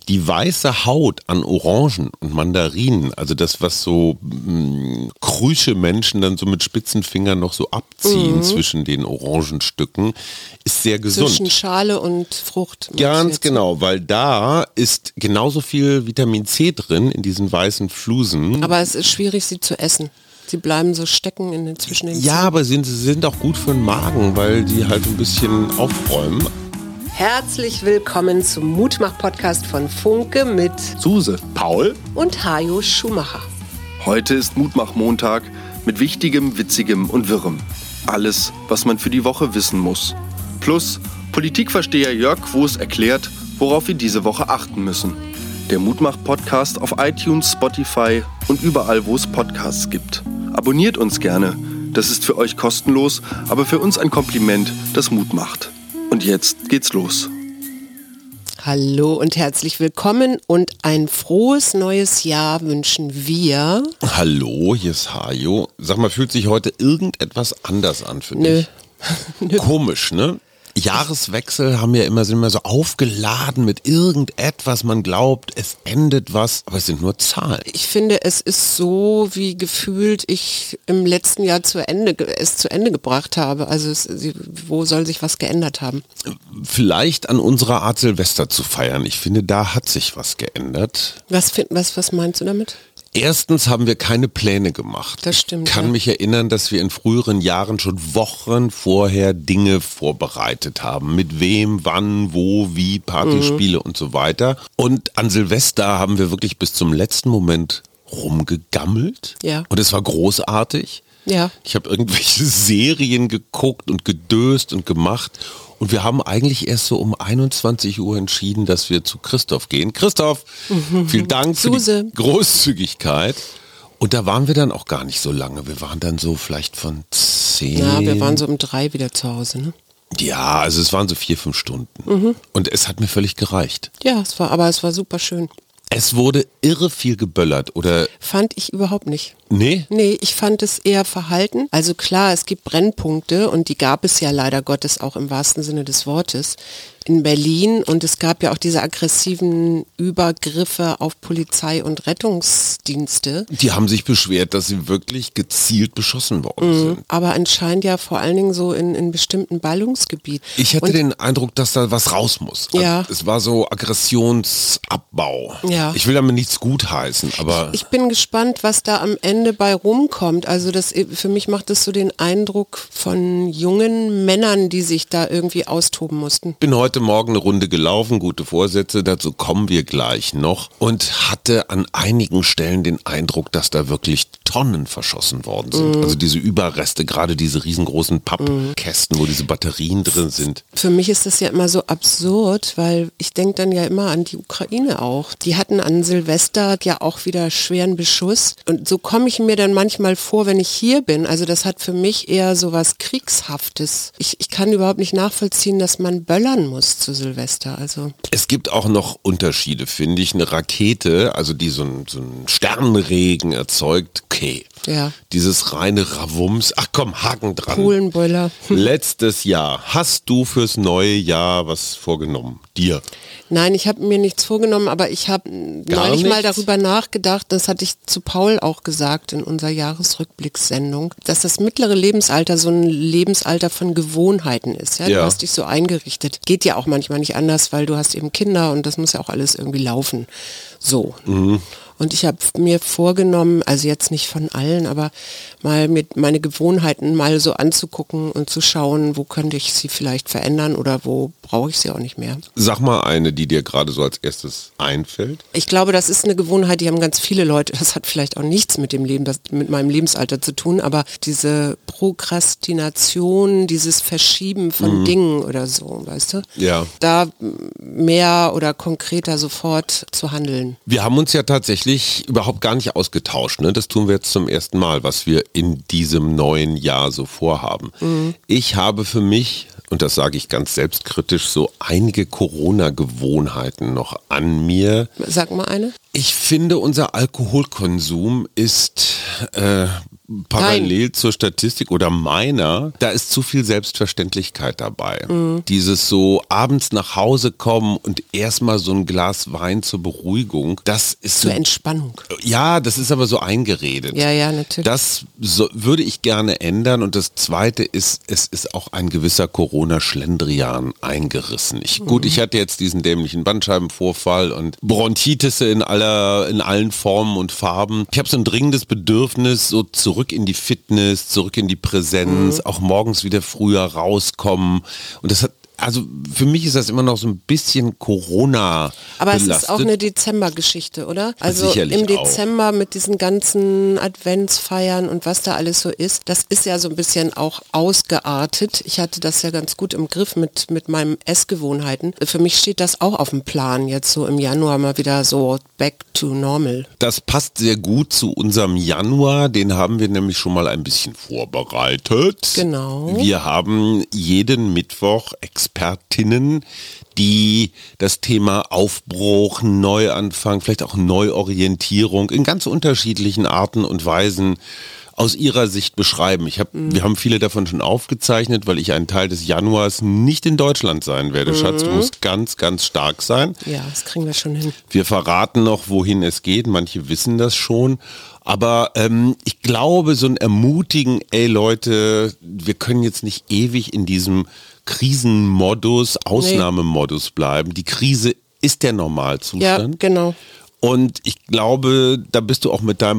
Die weiße Haut an Orangen und Mandarinen, also das, was so krüsche Menschen dann so mit spitzen Fingern noch so abziehen zwischen den Orangenstücken, ist sehr gesund. Zwischen Schale und Frucht. Ganz genau, weil da ist genauso viel Vitamin C drin in diesen weißen Flusen. Aber es ist schwierig, sie zu essen. Sie bleiben so stecken zwischen den Zähnen. Ja, aber sie sind auch gut für den Magen, weil die halt ein bisschen aufräumen. Herzlich willkommen zum Mutmach-Podcast von Funke mit Suse, Paul und Hajo Schumacher. Heute ist Mutmach-Montag mit Wichtigem, Witzigem und Wirrem. Alles, was man für die Woche wissen muss. Plus Politikversteher Jörg Quos erklärt, worauf wir diese Woche achten müssen. Der Mutmach-Podcast auf iTunes, Spotify und überall, wo es Podcasts gibt. Abonniert uns gerne. Das ist für euch kostenlos, aber für uns ein Kompliment, das Mut macht. Und jetzt geht's los. Hallo und herzlich willkommen und ein frohes neues Jahr wünschen wir. Hallo, hier ist Hajo. Sag mal, fühlt sich heute irgendetwas anders an für dich? Nö. Komisch, ne? Jahreswechsel sind immer so aufgeladen mit irgendetwas, man glaubt, es endet was, aber es sind nur Zahlen. Ich finde, es ist so, wie gefühlt ich im letzten Jahr es zu Ende gebracht habe. Also wo soll sich was geändert haben? Vielleicht an unserer Art Silvester zu feiern. Ich finde, da hat sich was geändert. Was meinst du damit? Erstens haben wir keine Pläne gemacht. Das stimmt. Ich kann mich erinnern, dass wir in früheren Jahren schon Wochen vorher Dinge vorbereitet haben. Mit wem, wann, wo, wie, Partyspiele und so weiter. Und an Silvester haben wir wirklich bis zum letzten Moment rumgegammelt. Ja. Und es war großartig. Ja. Ich habe irgendwelche Serien geguckt und gedöst und gemacht. Und wir haben eigentlich erst so um 21 Uhr entschieden, dass wir zu Christoph gehen. Christoph, vielen Dank für die Großzügigkeit. Und da waren wir dann auch gar nicht so lange. Wir waren dann so vielleicht von 10. Ja, wir waren so um 3 wieder zu Hause, ne? Ja, also es waren so 4-5 Stunden. Und es hat mir völlig gereicht. Ja, es war super schön. Es wurde irre viel geböllert, oder? Fand ich überhaupt nicht. Nee? Nee, ich fand es eher verhalten. Also klar, es gibt Brennpunkte und die gab es ja leider Gottes auch im wahrsten Sinne des Wortes in Berlin und es gab ja auch diese aggressiven Übergriffe auf Polizei und Rettungsdienste. Die haben sich beschwert, dass sie wirklich gezielt beschossen worden sind. Aber anscheinend ja vor allen Dingen so in bestimmten Ballungsgebieten. Ich hatte den Eindruck, dass da was raus muss. Also ja. Es war so Aggressionsabbau. Ja. Ich will damit nichts gutheißen, aber... Ich bin gespannt, was da am Ende bei rumkommt. Also für mich macht es so den Eindruck von jungen Männern, die sich da irgendwie austoben mussten. Bin heute Morgen eine Runde gelaufen, gute Vorsätze, dazu kommen wir gleich noch und hatte an einigen Stellen den Eindruck, dass da wirklich Tonnen verschossen worden sind. Also diese Überreste, gerade diese riesengroßen Pappkästen, wo diese Batterien drin sind. Für mich ist das ja immer so absurd, weil ich denke dann ja immer an die Ukraine auch. Die hatten an Silvester ja auch wieder schweren Beschuss und so komme ich mir dann manchmal vor, wenn ich hier bin. Also das hat für mich eher so was Kriegshaftes. Ich kann überhaupt nicht nachvollziehen, dass man böllern muss zu Silvester. Also es gibt auch noch Unterschiede, finde ich. Eine Rakete, also die so einen Sternenregen erzeugt, okay. Ja. Dieses reine Rawums, ach komm, Haken dran. Kohlenboiler. Letztes Jahr, hast du fürs neue Jahr was vorgenommen? Dir? Nein, ich habe mir nichts vorgenommen, aber ich habe neulich mal darüber nachgedacht, das hatte ich zu Paul auch gesagt in unserer Jahresrückblickssendung, dass das mittlere Lebensalter so ein Lebensalter von Gewohnheiten ist. Ja? Du hast dich so eingerichtet. Geht ja auch manchmal nicht anders, weil du hast eben Kinder und das muss ja auch alles irgendwie laufen. So. Und ich habe mir vorgenommen, also jetzt nicht von allen, aber mal mit meine Gewohnheiten mal so anzugucken und zu schauen, wo könnte ich sie vielleicht verändern oder wo brauche ich sie auch nicht mehr. Sag mal eine, die dir gerade so als erstes einfällt. Ich glaube, das ist eine Gewohnheit, die haben ganz viele Leute. Das hat vielleicht auch nichts mit mit meinem Lebensalter zu tun, aber diese Prokrastination, dieses Verschieben von Dingen oder so, weißt du? Ja. Da mehr oder konkreter sofort zu handeln. Wir haben uns ja tatsächlich überhaupt gar nicht ausgetauscht. Ne? Das tun wir jetzt zum ersten Mal, was wir in diesem neuen Jahr so vorhaben. Ich habe für mich, und das sage ich ganz selbstkritisch, so einige Corona-Gewohnheiten noch an mir. Sag mal eine. Ich finde, unser Alkoholkonsum ist parallel zur Statistik oder meiner, da ist zu viel Selbstverständlichkeit dabei. Dieses so abends nach Hause kommen und erstmal so ein Glas Wein zur Beruhigung, das ist zur Entspannung. Ja, das ist aber so eingeredet. Ja, natürlich. Das würde ich gerne ändern und das Zweite ist, es ist auch ein gewisser Corona-Schlendrian eingerissen. Gut, ich hatte jetzt diesen dämlichen Bandscheibenvorfall und Bronchitis in allen Formen und Farben. Ich habe so ein dringendes Bedürfnis, so zurück in die Fitness, zurück in die Präsenz, auch morgens wieder früher rauskommen. Und das hat, also für mich ist das immer noch so ein bisschen Corona aber belastet. Es ist auch eine Dezember-Geschichte, oder? Also sicherlich im Dezember mit diesen ganzen Adventsfeiern und was da alles so ist, das ist ja so ein bisschen auch ausgeartet. Ich hatte das ja ganz gut im Griff mit meinen Essgewohnheiten. Für mich steht das auch auf dem Plan, jetzt so im Januar mal wieder so back to normal. Das passt sehr gut zu unserem Januar, den haben wir nämlich schon mal ein bisschen vorbereitet. Genau. Wir haben jeden Mittwoch Expertinnen, die das Thema Aufbruch, Neuanfang, vielleicht auch Neuorientierung in ganz unterschiedlichen Arten und Weisen aus ihrer Sicht beschreiben. Wir haben viele davon schon aufgezeichnet, weil ich einen Teil des Januars nicht in Deutschland sein werde. Schatz, du musst ganz, ganz stark sein. Ja, das kriegen wir schon hin. Wir verraten noch, wohin es geht. Manche wissen das schon. Aber ich glaube, so ein Ermutigen, ey Leute, wir können jetzt nicht ewig in diesem Krisenmodus, Ausnahmemodus bleiben. Die Krise ist der Normalzustand. Ja, genau. Und ich glaube, da bist du auch mit deinem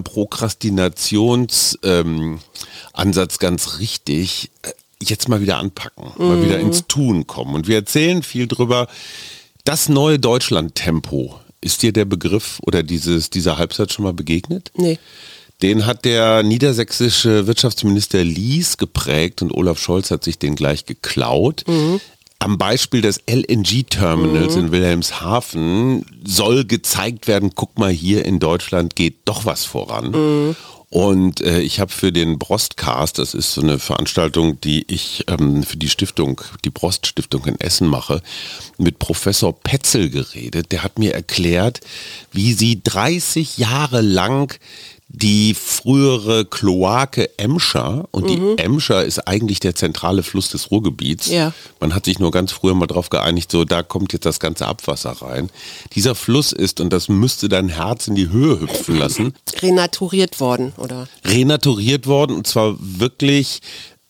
Prokrastinationsansatz ganz richtig. Jetzt mal wieder anpacken, mal wieder ins Tun kommen. Und wir erzählen viel drüber. Das neue Deutschland-Tempo. Ist dir der Begriff oder dieser Halbsatz schon mal begegnet? Nee. Den hat der niedersächsische Wirtschaftsminister Lies geprägt und Olaf Scholz hat sich den gleich geklaut. Am Beispiel des LNG-Terminals in Wilhelmshaven soll gezeigt werden, guck mal, hier in Deutschland geht doch was voran. Und ich habe für den Brostcast, das ist so eine Veranstaltung, die ich für die Stiftung, die Brost-Stiftung in Essen mache, mit Professor Petzel geredet. Der hat mir erklärt, wie sie 30 Jahre lang die frühere Kloake Emscher, und die Emscher ist eigentlich der zentrale Fluss des Ruhrgebiets. Ja. Man hat sich nur ganz früher mal drauf geeinigt, so da kommt jetzt das ganze Abwasser rein. Dieser Fluss ist, und das müsste dein Herz in die Höhe hüpfen lassen. Renaturiert worden, oder? Renaturiert worden, und zwar wirklich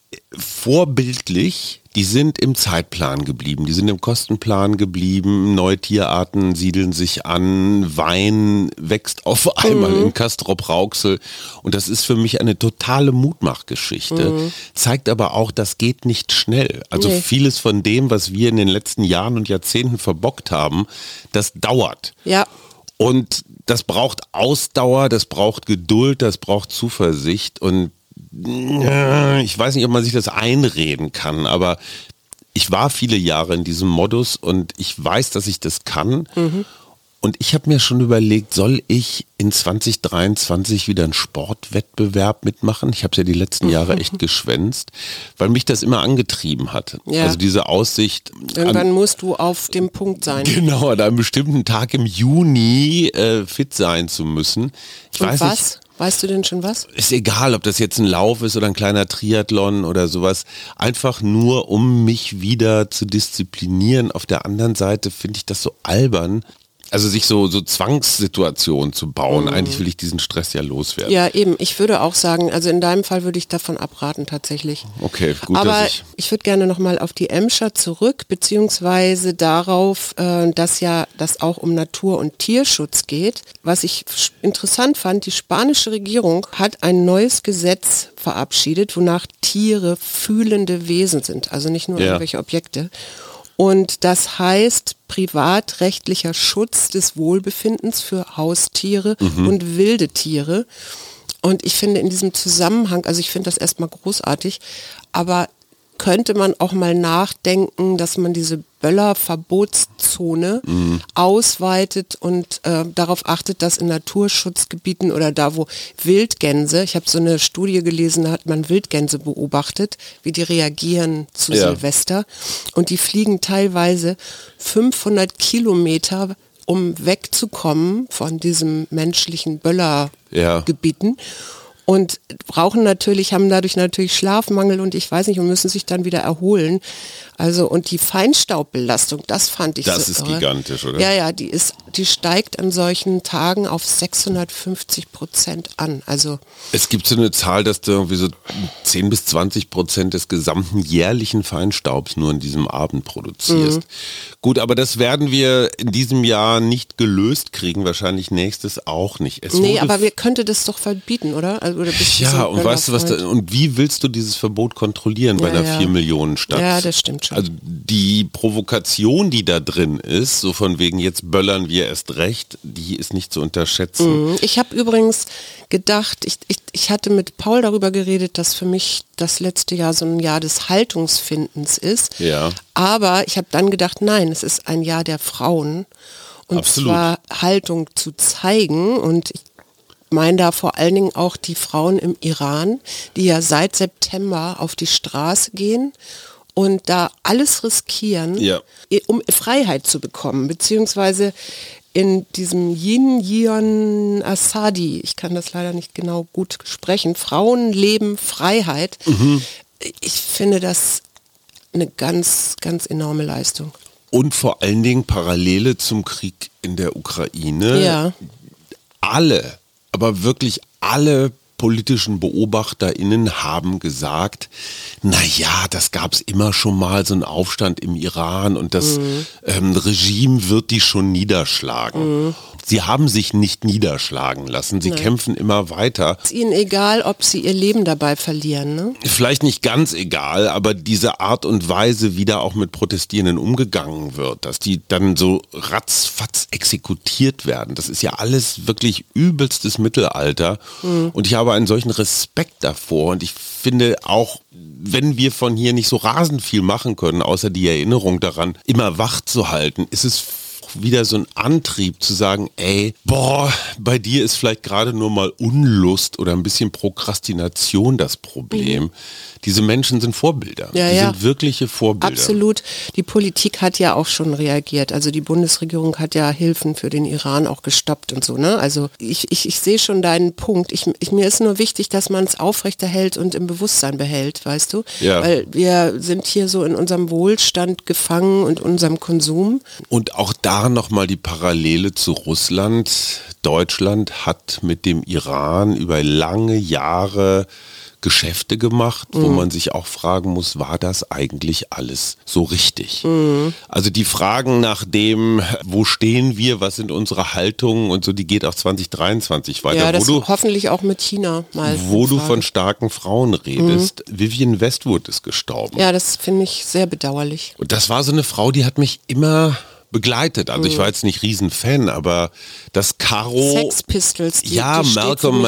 vorbildlich. Die sind im Zeitplan geblieben, die sind im Kostenplan geblieben, neue Tierarten siedeln sich an, Wein wächst auf einmal in Castrop-Rauxel, und das ist für mich eine totale Mutmachgeschichte, zeigt aber auch, das geht nicht schnell. Also vieles von dem, was wir in den letzten Jahren und Jahrzehnten verbockt haben, das dauert. Ja. Und das braucht Ausdauer, das braucht Geduld, das braucht Zuversicht, und ich weiß nicht, ob man sich das einreden kann, aber ich war viele Jahre in diesem Modus und ich weiß, dass ich das kann. Und ich habe mir schon überlegt, soll ich in 2023 wieder einen Sportwettbewerb mitmachen? Ich habe es ja die letzten Jahre echt geschwänzt, weil mich das immer angetrieben hat. Ja. Also diese Aussicht. Irgendwann musst du auf dem Punkt sein. Genau, an einem bestimmten Tag im Juni fit sein zu müssen. Ich weiß was? nicht. Weißt du denn schon was? Ist egal, ob das jetzt ein Lauf ist oder ein kleiner Triathlon oder sowas. Einfach nur, um mich wieder zu disziplinieren. Auf der anderen Seite finde ich das so albern. Also sich so Zwangssituationen zu bauen. Eigentlich will ich diesen Stress ja loswerden. Ja, eben. Ich würde auch sagen, also in deinem Fall würde ich davon abraten tatsächlich. Okay, gut, aber dass ich würde gerne nochmal auf die Emscher zurück, beziehungsweise darauf, dass ja das auch um Natur- und Tierschutz geht. Was ich interessant fand, die spanische Regierung hat ein neues Gesetz verabschiedet, wonach Tiere fühlende Wesen sind, also nicht nur irgendwelche Objekte. Und das heißt privatrechtlicher Schutz des Wohlbefindens für Haustiere und wilde Tiere. Und ich finde in diesem Zusammenhang, also ich finde das erstmal großartig, aber könnte man auch mal nachdenken, dass man diese Böller-Verbotszone ausweitet und darauf achtet, dass in Naturschutzgebieten oder da, wo Wildgänse, ich habe so eine Studie gelesen, da hat man Wildgänse beobachtet, wie die reagieren zu Silvester, und die fliegen teilweise 500 Kilometer um wegzukommen von diesem menschlichen Böllergebieten. Und haben dadurch natürlich Schlafmangel und ich weiß nicht, und müssen sich dann wieder erholen. Also, und die Feinstaubbelastung, das fand ich so irre. Das ist gigantisch, oder? Ja, die steigt an solchen Tagen auf 650% an. Also es gibt so eine Zahl, dass du irgendwie so 10-20% des gesamten jährlichen Feinstaubs nur in diesem Abend produzierst. Gut, aber das werden wir in diesem Jahr nicht gelöst kriegen, wahrscheinlich nächstes auch nicht. Aber wir könnten das doch verbieten, oder? Oder ja, und weißt du was, und wie willst du dieses Verbot kontrollieren bei einer 4 Millionen Stadt? Ja, das stimmt schon. Also die Provokation, die da drin ist, so von wegen jetzt böllern wir erst recht, die ist nicht zu unterschätzen. Ich habe übrigens gedacht, ich hatte mit Paul darüber geredet, dass für mich das letzte Jahr so ein Jahr des Haltungsfindens ist. Ja. Aber ich habe dann gedacht, nein, es ist ein Jahr der Frauen. Und Absolut. zwar Haltung zu zeigen, und ich meine da vor allen Dingen auch die Frauen im Iran, die ja seit September auf die Straße gehen und da alles riskieren, um Freiheit zu bekommen, beziehungsweise in diesem Yin Asadi, ich kann das leider nicht genau gut sprechen, Frauen, Leben, Freiheit. Ich finde das eine ganz, ganz enorme Leistung. Und vor allen Dingen Parallele zum Krieg in der Ukraine. Ja. Alle, aber wirklich alle politischen BeobachterInnen haben gesagt, naja, das gab es immer schon mal, so einen Aufstand im Iran und das Regime wird die schon niederschlagen. Sie haben sich nicht niederschlagen lassen, sie kämpfen immer weiter. Ist ihnen egal, ob sie ihr Leben dabei verlieren, ne? Vielleicht nicht ganz egal, aber diese Art und Weise, wie da auch mit Protestierenden umgegangen wird, dass die dann so ratzfatz exekutiert werden, das ist ja alles wirklich übelstes Mittelalter. Und ich habe einen solchen Respekt davor und ich finde auch, wenn wir von hier nicht so rasend viel machen können, außer die Erinnerung daran, immer wach zu halten, ist es wieder so ein Antrieb zu sagen, bei dir ist vielleicht gerade nur mal Unlust oder ein bisschen Prokrastination das Problem. Diese Menschen sind Vorbilder. Die sind wirkliche Vorbilder. Absolut. Die Politik hat ja auch schon reagiert. Also die Bundesregierung hat ja Hilfen für den Iran auch gestoppt und so, ne? Also ich sehe schon deinen Punkt. Mir ist nur wichtig, dass man es aufrechterhält und im Bewusstsein behält, weißt du? Ja. Weil wir sind hier so in unserem Wohlstand gefangen und unserem Konsum. Und auch da nochmal die Parallele zu Russland. Deutschland hat mit dem Iran über lange Jahre Geschäfte gemacht, wo man sich auch fragen muss, war das eigentlich alles so richtig? Also die Fragen nach dem, wo stehen wir, was sind unsere Haltungen und so, die geht auch 2023 weiter. Ja, das hoffentlich auch mit China mal. Wo du von starken Frauen redest. Vivienne Westwood ist gestorben. Ja, das finde ich sehr bedauerlich. Und das war so eine Frau, die hat mich immer begleitet. Also ich war jetzt nicht Riesenfan, aber das Karo... Sex Pistols. Malcolm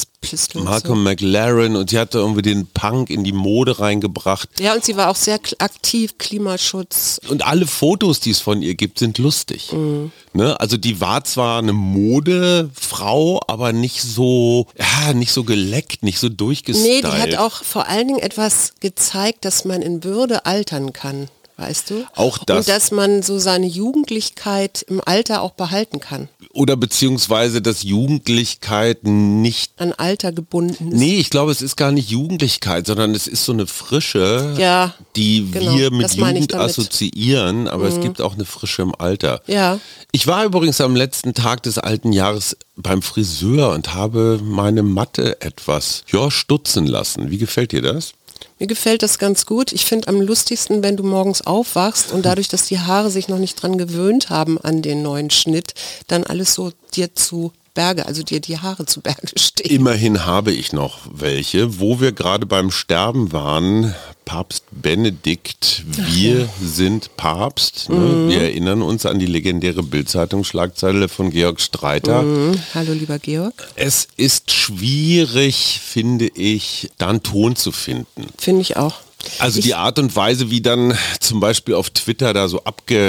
so. McLaren, und sie hatte irgendwie den Punk in die Mode reingebracht. Ja, und sie war auch sehr aktiv, Klimaschutz. Und alle Fotos, die es von ihr gibt, sind lustig. Ne? Also die war zwar eine Modefrau, aber nicht so geleckt, nicht so durchgestylt. Nee, die hat auch vor allen Dingen etwas gezeigt, dass man in Würde altern kann. Weißt du? Auch das. Und dass man so seine Jugendlichkeit im Alter auch behalten kann. Oder beziehungsweise, dass Jugendlichkeit nicht an Alter gebunden ist. Nee, ich glaube, es ist gar nicht Jugendlichkeit, sondern es ist so eine Frische, die wir mit Jugend assoziieren, aber es gibt auch eine Frische im Alter. Ja. Ich war übrigens am letzten Tag des alten Jahres beim Friseur und habe meine Matte etwas stutzen lassen. Wie gefällt dir das? Mir gefällt das ganz gut. Ich finde am lustigsten, wenn du morgens aufwachst und dadurch, dass die Haare sich noch nicht dran gewöhnt haben an den neuen Schnitt, dann alles so dir zu Berge, also dir die Haare zu Berge stehen. Immerhin habe ich noch welche, wo wir gerade beim Sterben waren. Papst Benedikt, wir sind Papst. Ne? Wir erinnern uns an die legendäre Bild-Zeitung-Schlagzeile von Georg Streiter. Hallo lieber Georg. Es ist schwierig, finde ich, da einen Ton zu finden. Finde ich auch. Also die Art und Weise, wie dann zum Beispiel auf Twitter da so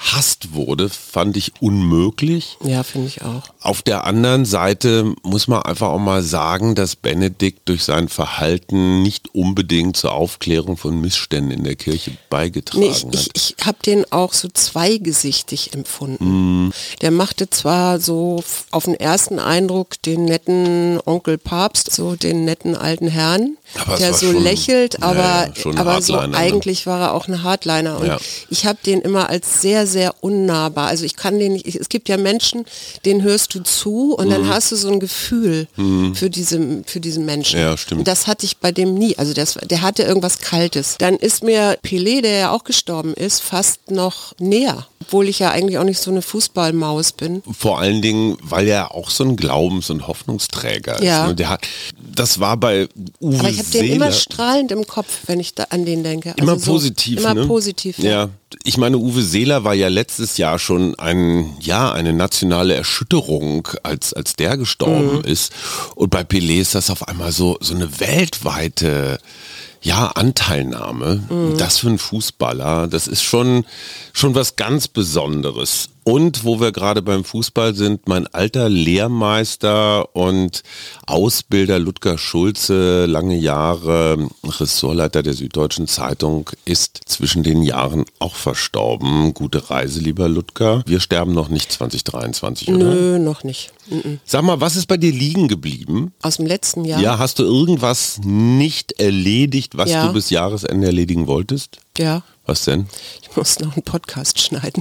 gehasst wurde, fand ich unmöglich. Ja, finde ich auch. Auf der anderen Seite muss man einfach auch mal sagen, dass Benedikt durch sein Verhalten nicht unbedingt zur Aufklärung von Missständen in der Kirche beigetragen hat. Ich habe den auch so zweigesichtig empfunden. Der machte zwar so auf den ersten Eindruck den netten Onkel Papst, so den netten alten Herrn, der so schon, lächelt, aber so eigentlich war er auch ein Hardliner. Und ich habe den immer als sehr, sehr unnahbar. Also ich kann den nicht, es gibt ja Menschen, denen hörst du zu und dann hast du so ein Gefühl für diese Menschen. Ja, stimmt. Und das hatte ich bei dem nie. Also der hatte irgendwas Kaltes. Dann ist mir Pelé, der ja auch gestorben ist, fast noch näher. Obwohl ich ja eigentlich auch nicht so eine Fußballmaus bin. Vor allen Dingen, weil er auch so ein Glaubens- und Hoffnungsträger ist. Ne? Das war bei Uwe Aber ich habe den immer strahlend im Kopf, wenn ich da an den denke. Immer also positiv, immer positiv, ja. Ich meine, Uwe Seeler war ja letztes Jahr schon eine nationale Erschütterung, als der gestorben ist. Und bei Pelé ist das auf einmal so eine weltweite Anteilnahme. Das für einen Fußballer, das ist schon was ganz Besonderes. Und wo wir gerade beim Fußball sind, mein alter Lehrmeister und Ausbilder Ludger Schulze, lange Jahre Ressortleiter der Süddeutschen Zeitung, ist zwischen den Jahren auch verstorben. Gute Reise, lieber Ludger. Wir sterben noch nicht 2023, oder? Nö, noch nicht. Sag mal, was ist bei dir liegen geblieben? Aus dem letzten Jahr? Ja, hast du irgendwas nicht erledigt, was du bis Jahresende erledigen wolltest? Ja. Was denn? Ich muss noch einen Podcast schneiden.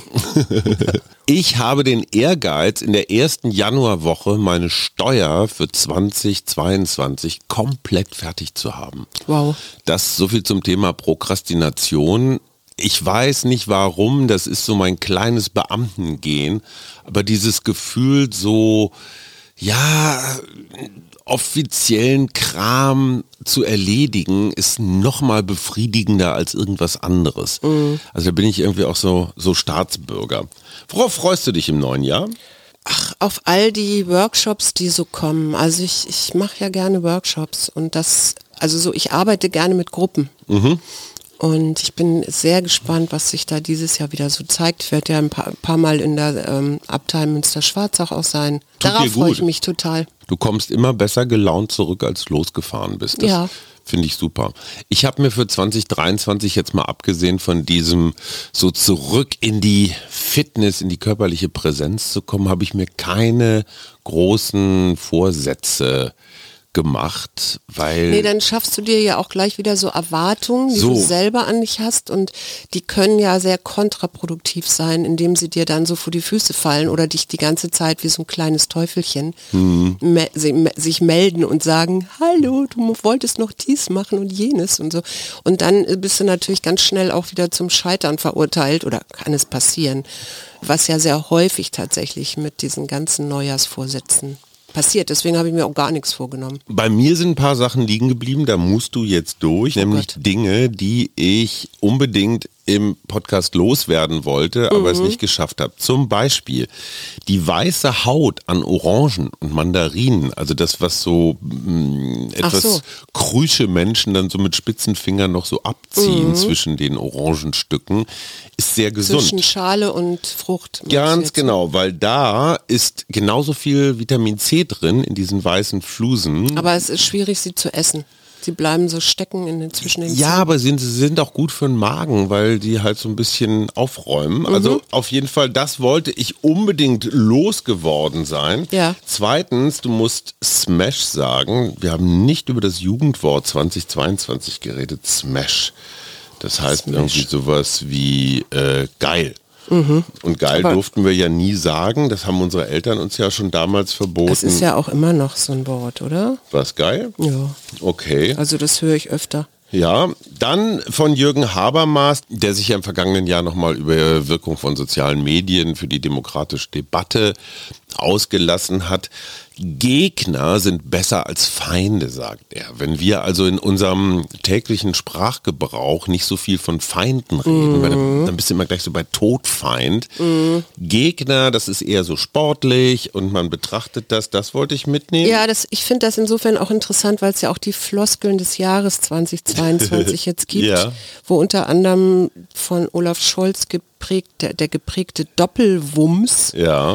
Ich habe den Ehrgeiz, in der ersten Januarwoche meine Steuer für 2022 komplett fertig zu haben. Wow. Das so viel zum Thema Prokrastination. Ich weiß nicht warum, das ist so mein kleines Beamtengehen, aber dieses Gefühl so, offiziellen Kram zu erledigen, ist nochmal befriedigender als irgendwas anderes. Also da bin ich irgendwie auch so Staatsbürger. Worauf freust du dich im neuen Jahr? Ach, auf all die Workshops, die so kommen. Also ich mache ja gerne Workshops und ich arbeite gerne mit Gruppen. Und ich bin sehr gespannt, was sich da dieses Jahr wieder so zeigt. Ich werde ja ein paar Mal in der Abtei Münster-Schwarzach auch sein. Darauf freue ich mich total. Du kommst immer besser gelaunt zurück, als losgefahren bist. Das finde ich super. Ich habe mir für 2023 jetzt mal abgesehen von diesem so zurück in die Fitness, in die körperliche Präsenz zu kommen, habe ich mir keine großen Vorsätze gemacht, weil... Nee, dann schaffst du dir ja auch gleich wieder so Erwartungen, die du selber an dich hast und die können ja sehr kontraproduktiv sein, indem sie dir dann so vor die Füße fallen oder dich die ganze Zeit wie so ein kleines Teufelchen sich melden und sagen, hallo, du wolltest noch dies machen und jenes und so. Und dann bist du natürlich ganz schnell auch wieder zum Scheitern verurteilt oder kann es passieren, was ja sehr häufig tatsächlich mit diesen ganzen Neujahrsvorsätzen passiert. Deswegen habe ich mir auch gar nichts vorgenommen. Bei mir sind ein paar Sachen liegen geblieben, da musst du jetzt durch, nämlich Dinge, die ich unbedingt im Podcast loswerden wollte, aber es nicht geschafft habe. Zum Beispiel die weiße Haut an Orangen und Mandarinen, also das, was so etwas krüsche Menschen dann so mit spitzen Fingern noch so abziehen zwischen den Orangenstücken, ist sehr gesund. Zwischen Schale und Frucht. Ganz genau, weil da ist genauso viel Vitamin C drin in diesen weißen Flusen. Aber es ist schwierig, sie zu essen. Sie bleiben so stecken zwischen den Zähnen. Ja, aber sie sind auch gut für den Magen, weil die halt so ein bisschen aufräumen. Also auf jeden Fall, das wollte ich unbedingt losgeworden sein. Ja. Zweitens, du musst Smash sagen. Wir haben nicht über das Jugendwort 2022 geredet. Smash. Das heißt irgendwie sowas wie geil. Und geil durften wir ja nie sagen, das haben unsere Eltern uns ja schon damals verboten. Das ist ja auch immer noch so ein Wort, oder? Was, geil? Ja. Okay. Also das höre ich öfter. Ja, dann von Jürgen Habermas, der sich ja im vergangenen Jahr nochmal über Wirkung von sozialen Medien für die demokratische Debatte ausgelassen hat. Gegner sind besser als Feinde, sagt er. Wenn wir also in unserem täglichen Sprachgebrauch nicht so viel von Feinden reden, weil dann bist du immer gleich so bei Todfeind. Gegner, das ist eher so sportlich und man betrachtet das wollte ich mitnehmen. Ja, ich finde das insofern auch interessant, weil es ja auch die Floskeln des Jahres 2022 jetzt gibt, ja. Wo unter anderem von Olaf Scholz der geprägte Doppelwumms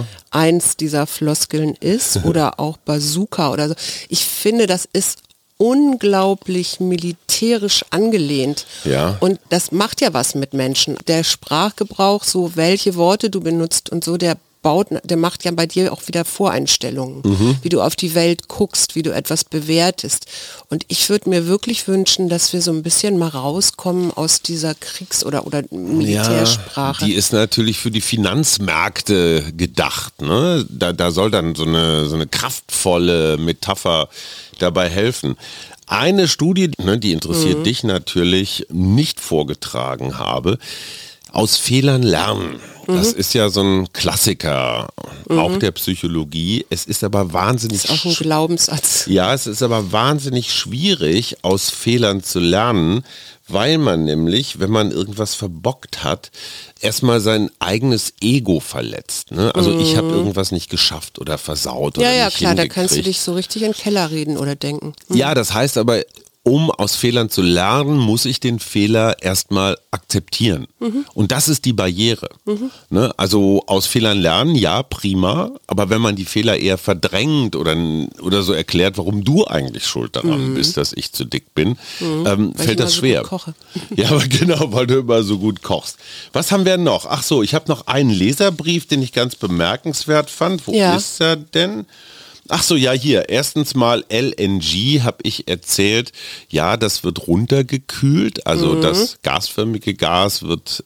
eins dieser Floskeln ist oder auch Bazooka oder so. Ich finde, das ist unglaublich militärisch angelehnt. Ja. Und das macht ja was mit Menschen. Der Sprachgebrauch, so welche Worte du benutzt und so, der macht ja bei dir auch wieder Voreinstellungen, wie du auf die Welt guckst, wie du etwas bewertest. Und ich würde mir wirklich wünschen, dass wir so ein bisschen mal rauskommen aus dieser Kriegs- oder Militärsprache. Ja, die ist natürlich für die Finanzmärkte gedacht. Ne? Da soll dann so eine kraftvolle Metapher dabei helfen. Eine Studie, die interessiert dich natürlich, nicht vorgetragen habe, aus Fehlern lernen. Das ist ja so ein Klassiker, auch der Psychologie. Es ist aber wahnsinnig... Das ist auch ein Glaubenssatz. Ja, es ist aber wahnsinnig schwierig, aus Fehlern zu lernen, weil man nämlich, wenn man irgendwas verbockt hat, erstmal sein eigenes Ego verletzt. Ne? Also ich habe irgendwas nicht geschafft oder versaut oder nicht klar, hingekriegt. Da kannst du dich so richtig in den Keller reden oder denken. Ja, das heißt aber... Um aus Fehlern zu lernen, muss ich den Fehler erstmal akzeptieren. Und das ist die Barriere. Ne? Also aus Fehlern lernen, ja, prima. Aber wenn man die Fehler eher verdrängt oder so erklärt, warum du eigentlich schuld daran bist, dass ich zu dick bin, fällt das schwer. So gut koche. Ja, aber genau, weil du immer so gut kochst. Was haben wir noch? Ach so, ich habe noch einen Leserbrief, den ich ganz bemerkenswert fand. Wo ist er denn? Ach so, ja, hier. Erstens mal LNG habe ich erzählt. Ja, das wird runtergekühlt. Also das gasförmige Gas wird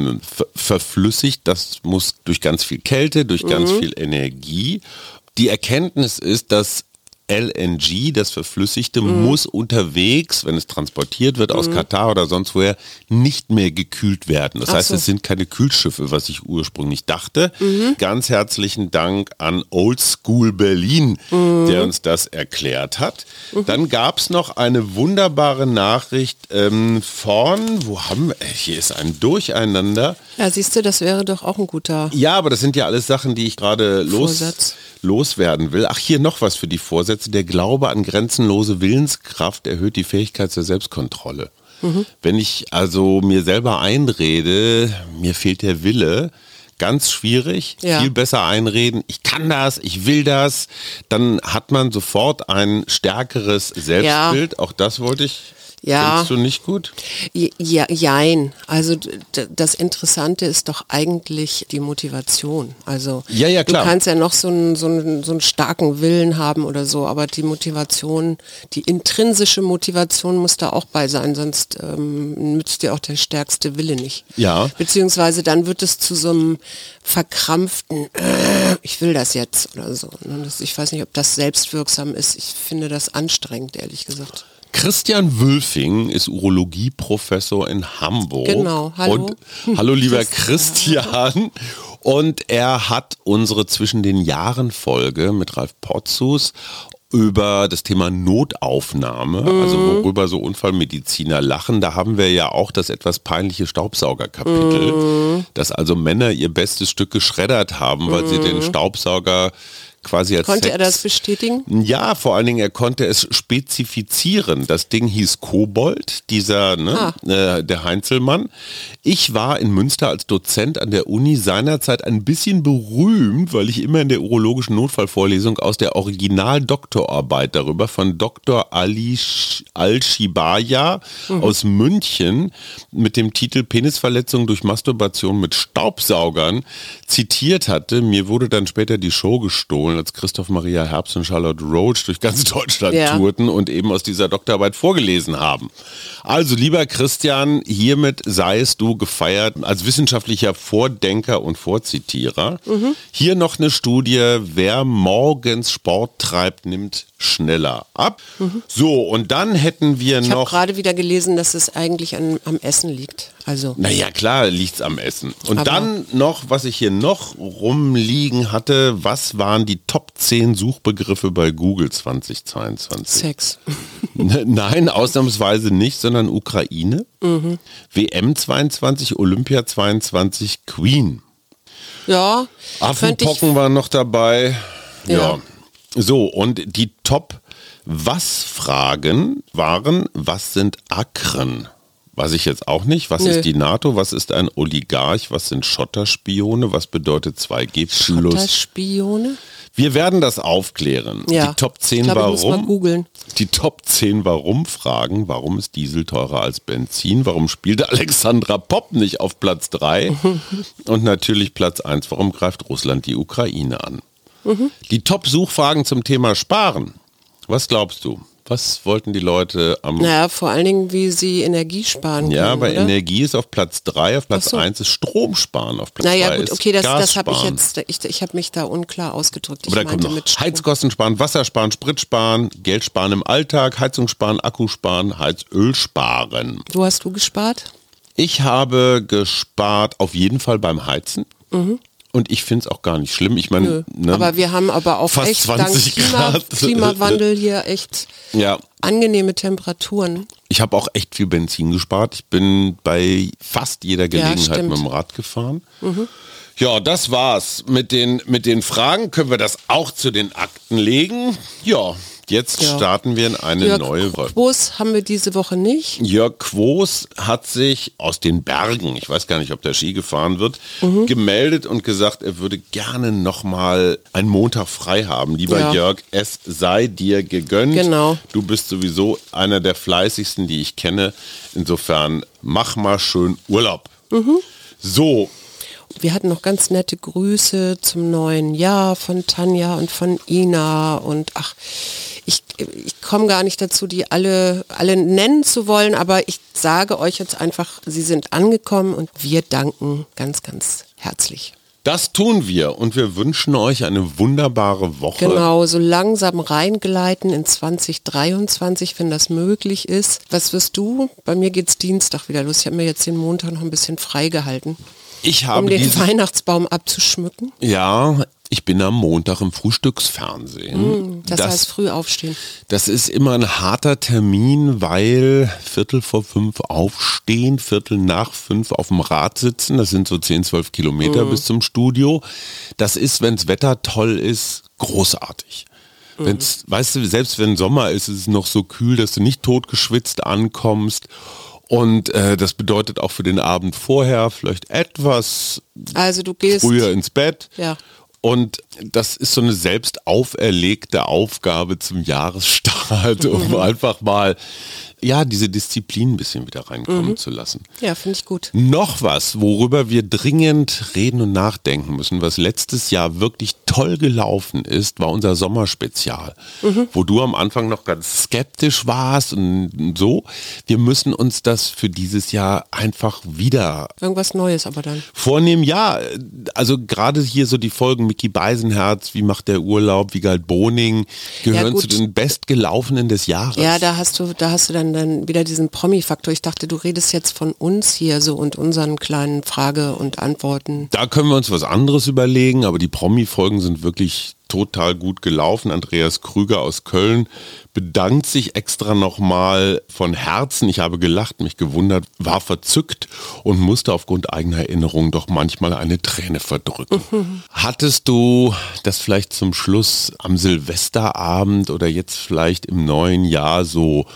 verflüssigt. Das muss durch ganz viel Kälte, durch ganz viel Energie. Die Erkenntnis ist, dass LNG, das Verflüssigte, muss unterwegs, wenn es transportiert wird aus Katar oder sonst woher, nicht mehr gekühlt werden. Das heißt, es sind keine Kühlschiffe, was ich ursprünglich dachte. Ganz herzlichen Dank an Oldschool Berlin, der uns das erklärt hat. Dann gab es noch eine wunderbare Nachricht hier ist ein Durcheinander. Ja, siehst du, das wäre doch auch ein guter Ja, aber das sind ja alles Sachen, die ich gerade loswerden will. Ach, hier noch was für die Vorsätze. Der Glaube an grenzenlose Willenskraft erhöht die Fähigkeit zur Selbstkontrolle. Wenn ich also mir selber einrede, mir fehlt der Wille, ganz schwierig, viel besser einreden, ich kann das, ich will das, dann hat man sofort ein stärkeres Selbstbild. Auch das wollte ich... Findest du nicht gut? Jein. Also das Interessante ist doch eigentlich die Motivation. Also klar. Du kannst ja noch so einen starken Willen haben oder so, aber die Motivation, die intrinsische Motivation muss da auch bei sein, sonst nützt dir auch der stärkste Wille nicht. Ja. Beziehungsweise dann wird es zu so einem verkrampften, ich will das jetzt oder so. Ich weiß nicht, ob das selbstwirksam ist. Ich finde das anstrengend, ehrlich gesagt. Christian Wülfing ist Urologieprofessor in Hamburg. Genau, hallo. Und, hallo lieber Christian. Und er hat unsere Zwischen den Jahren Folge mit Ralf Potzus über das Thema Notaufnahme, also worüber so Unfallmediziner lachen. Da haben wir ja auch das etwas peinliche Staubsaugerkapitel, dass also Männer ihr bestes Stück geschreddert haben, weil sie den Staubsauger quasi als Konnte er das bestätigen? Ja, vor allen Dingen, er konnte es spezifizieren. Das Ding hieß Kobold, der Heinzelmann. Ich war in Münster als Dozent an der Uni seinerzeit ein bisschen berühmt, weil ich immer in der urologischen Notfallvorlesung aus der Original-Doktorarbeit darüber von Dr. Ali Al-Shibaya aus München mit dem Titel Penisverletzung durch Masturbation mit Staubsaugern zitiert hatte. Mir wurde dann später die Show gestohlen, als Christoph Maria Herbst und Charlotte Roach durch ganz Deutschland tourten und eben aus dieser Doktorarbeit vorgelesen haben. Also lieber Christian, hiermit seiest du gefeiert als wissenschaftlicher Vordenker und Vorzitierer. Hier noch eine Studie, wer morgens Sport treibt, nimmt schneller ab. So, und dann hätten wir noch... Ich habe gerade wieder gelesen, dass es eigentlich am Essen liegt. Also. Naja, klar liegt's am Essen. Und aber dann noch, was ich hier noch rumliegen hatte, was waren die Top 10 Suchbegriffe bei Google 2022? Sex. Nein, ausnahmsweise nicht, sondern Ukraine, WM 22, Olympia 22, Queen. Ja. Affenpocken waren noch dabei. Ja. So, und die Top-Was-Fragen waren, was sind Akren? Weiß ich jetzt auch nicht. Was ist die NATO? Was ist ein Oligarch? Was sind Schotterspione? Was bedeutet 2G+? Schotterspione? Wir werden das aufklären. Ja. Die Top 10 Warum. Die Top 10 Warum-Fragen. Warum ist Diesel teurer als Benzin? Warum spielte Alexandra Popp nicht auf Platz 3? Und natürlich Platz 1. Warum greift Russland die Ukraine an? Die Top-Suchfragen zum Thema Sparen. Was glaubst du? Was wollten die Leute am... Naja, vor allen Dingen, wie sie Energie sparen können, aber oder? Energie ist auf Platz 3, auf Platz 1 ist Strom sparen, auf Platz 2 naja, gut, ist okay, das Gas habe ich sparen. jetzt, ich habe mich da unklar ausgedrückt. Aber da kommt noch Heizkosten sparen, Wasser sparen, Sprit sparen, Geld sparen im Alltag, Heizung sparen, Akku sparen, Heizöl sparen. Wo hast du gespart? Ich habe gespart auf jeden Fall beim Heizen. Und ich finde es auch gar nicht schlimm. Ich meine, aber wir haben aber auch fast echt 20 Grad Klimawandel hier echt angenehme Temperaturen. Ich habe auch echt viel Benzin gespart. Ich bin bei fast jeder Gelegenheit mit dem Rad gefahren. Ja, das war's. Mit den Fragen können wir das auch zu den Akten legen. Ja, jetzt starten wir in eine neue Woche. Jörg Quos haben wir diese Woche nicht. Jörg Quos hat sich aus den Bergen, ich weiß gar nicht, ob der Ski gefahren wird, gemeldet und gesagt, er würde gerne nochmal einen Montag frei haben. Lieber Jörg, es sei dir gegönnt. Genau. Du bist sowieso einer der fleißigsten, die ich kenne. Insofern mach mal schön Urlaub. So. Wir hatten noch ganz nette Grüße zum neuen Jahr von Tanja und von Ina und ich komme gar nicht dazu, die alle nennen zu wollen, aber ich sage euch jetzt einfach, sie sind angekommen und wir danken ganz, ganz herzlich. Das tun wir und wir wünschen euch eine wunderbare Woche. Genau, so langsam reingleiten in 2023, wenn das möglich ist. Was wirst du? Bei mir geht's Dienstag wieder los. Ich habe mir jetzt den Montag noch ein bisschen frei gehalten. Um den Weihnachtsbaum abzuschmücken? Ja, ich bin am Montag im Frühstücksfernsehen. Das heißt früh aufstehen. Das ist immer ein harter Termin, weil 4:45 aufstehen, 4:45 auf dem Rad sitzen. Das sind so 10-12 Kilometer bis zum Studio. Das ist, wenn das Wetter toll ist, großartig. Weißt du, selbst wenn Sommer ist, ist es noch so kühl, dass du nicht totgeschwitzt ankommst. Und das bedeutet auch für den Abend vorher vielleicht etwas du gehst früher ins Bett. Ja. Und das ist so eine selbst auferlegte Aufgabe zum Jahresstart, um einfach mal diese Disziplin ein bisschen wieder reinkommen zu lassen. Ja, finde ich gut. Noch was, worüber wir dringend reden und nachdenken müssen, was letztes Jahr wirklich toll gelaufen ist, war unser Sommerspezial, wo du am Anfang noch ganz skeptisch warst und so. Wir müssen uns das für dieses Jahr einfach wieder irgendwas Neues aber dann vornehmen. Ja, also gerade hier so die Folgen Micky Beisenherz, wie macht der Urlaub, wie galt Boning, gehören zu den bestgelaufenen des Jahres. Ja, da hast du dann wieder diesen Promi-Faktor. Ich dachte, du redest jetzt von uns hier so und unseren kleinen Frage- und Antworten. Da können wir uns was anderes überlegen, aber die Promi-Folgen sind wirklich total gut gelaufen. Andreas Krüger aus Köln bedankt sich extra nochmal von Herzen. Ich habe gelacht, mich gewundert, war verzückt und musste aufgrund eigener Erinnerungen doch manchmal eine Träne verdrücken. Hattest du das vielleicht zum Schluss am Silvesterabend oder jetzt vielleicht im neuen Jahr so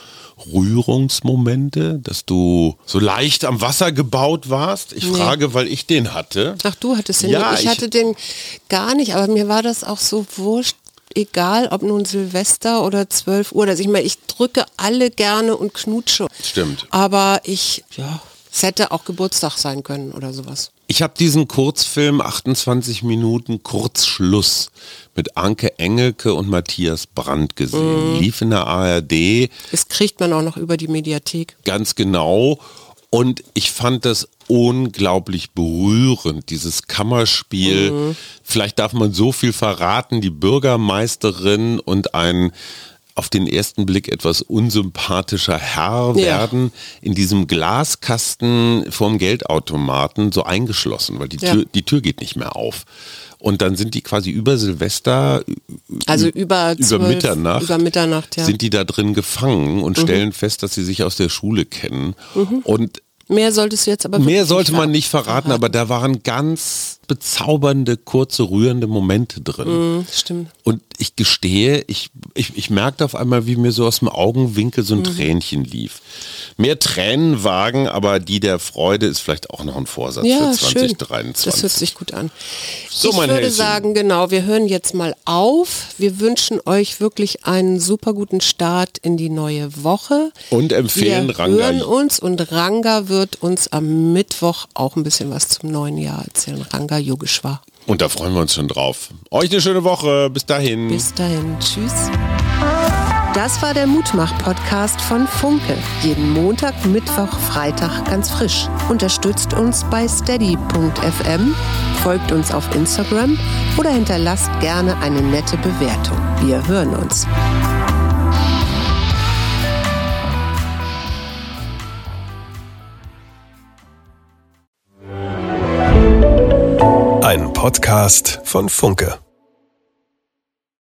Rührungsmomente, dass du so leicht am Wasser gebaut warst? Ich frage, weil ich den hatte. Ach, du hattest den? Ja, ich hatte den gar nicht, aber mir war das auch so wurscht, egal ob nun Silvester oder 12 Uhr. Also ich drücke alle gerne und knutsche. Stimmt. Aber es hätte auch Geburtstag sein können oder sowas. Ich habe diesen Kurzfilm 28 Minuten Kurzschluss mit Anke Engelke und Matthias Brandt gesehen. Lief in der ARD. Das kriegt man auch noch über die Mediathek. Ganz genau. Und ich fand das unglaublich berührend, dieses Kammerspiel. Vielleicht darf man so viel verraten. Die Bürgermeisterin und ein auf den ersten Blick etwas unsympathischer Herr werden, in diesem Glaskasten vorm Geldautomaten so eingeschlossen, weil die Tür geht nicht mehr auf. Und dann sind die quasi über Silvester, also über Mitternacht sind die da drin gefangen und stellen fest, dass sie sich aus der Schule kennen. Und mehr solltest du jetzt aber mehr sollte man nicht verraten, aber da waren ganz bezaubernde, kurze, rührende Momente drin. Stimmt. Und ich gestehe, ich merkte auf einmal, wie mir so aus dem Augenwinkel so ein Tränchen lief. Mehr Tränen wagen, aber die der Freude ist vielleicht auch noch ein Vorsatz für 2023. Schön. Das hört sich gut an. So, ich würde sagen, genau, wir hören jetzt mal auf. Wir wünschen euch wirklich einen super guten Start in die neue Woche. Und empfehlen Ranga. Wir hören uns und Ranga wird uns am Mittwoch auch ein bisschen was zum neuen Jahr erzählen. Ranga Yogeshwar. Und da freuen wir uns schon drauf. Euch eine schöne Woche. Bis dahin. Bis dahin. Tschüss. Das war der Mutmach-Podcast von Funke. Jeden Montag, Mittwoch, Freitag ganz frisch. Unterstützt uns bei steady.fm, folgt uns auf Instagram oder hinterlasst gerne eine nette Bewertung. Wir hören uns. Ein Podcast von Funke.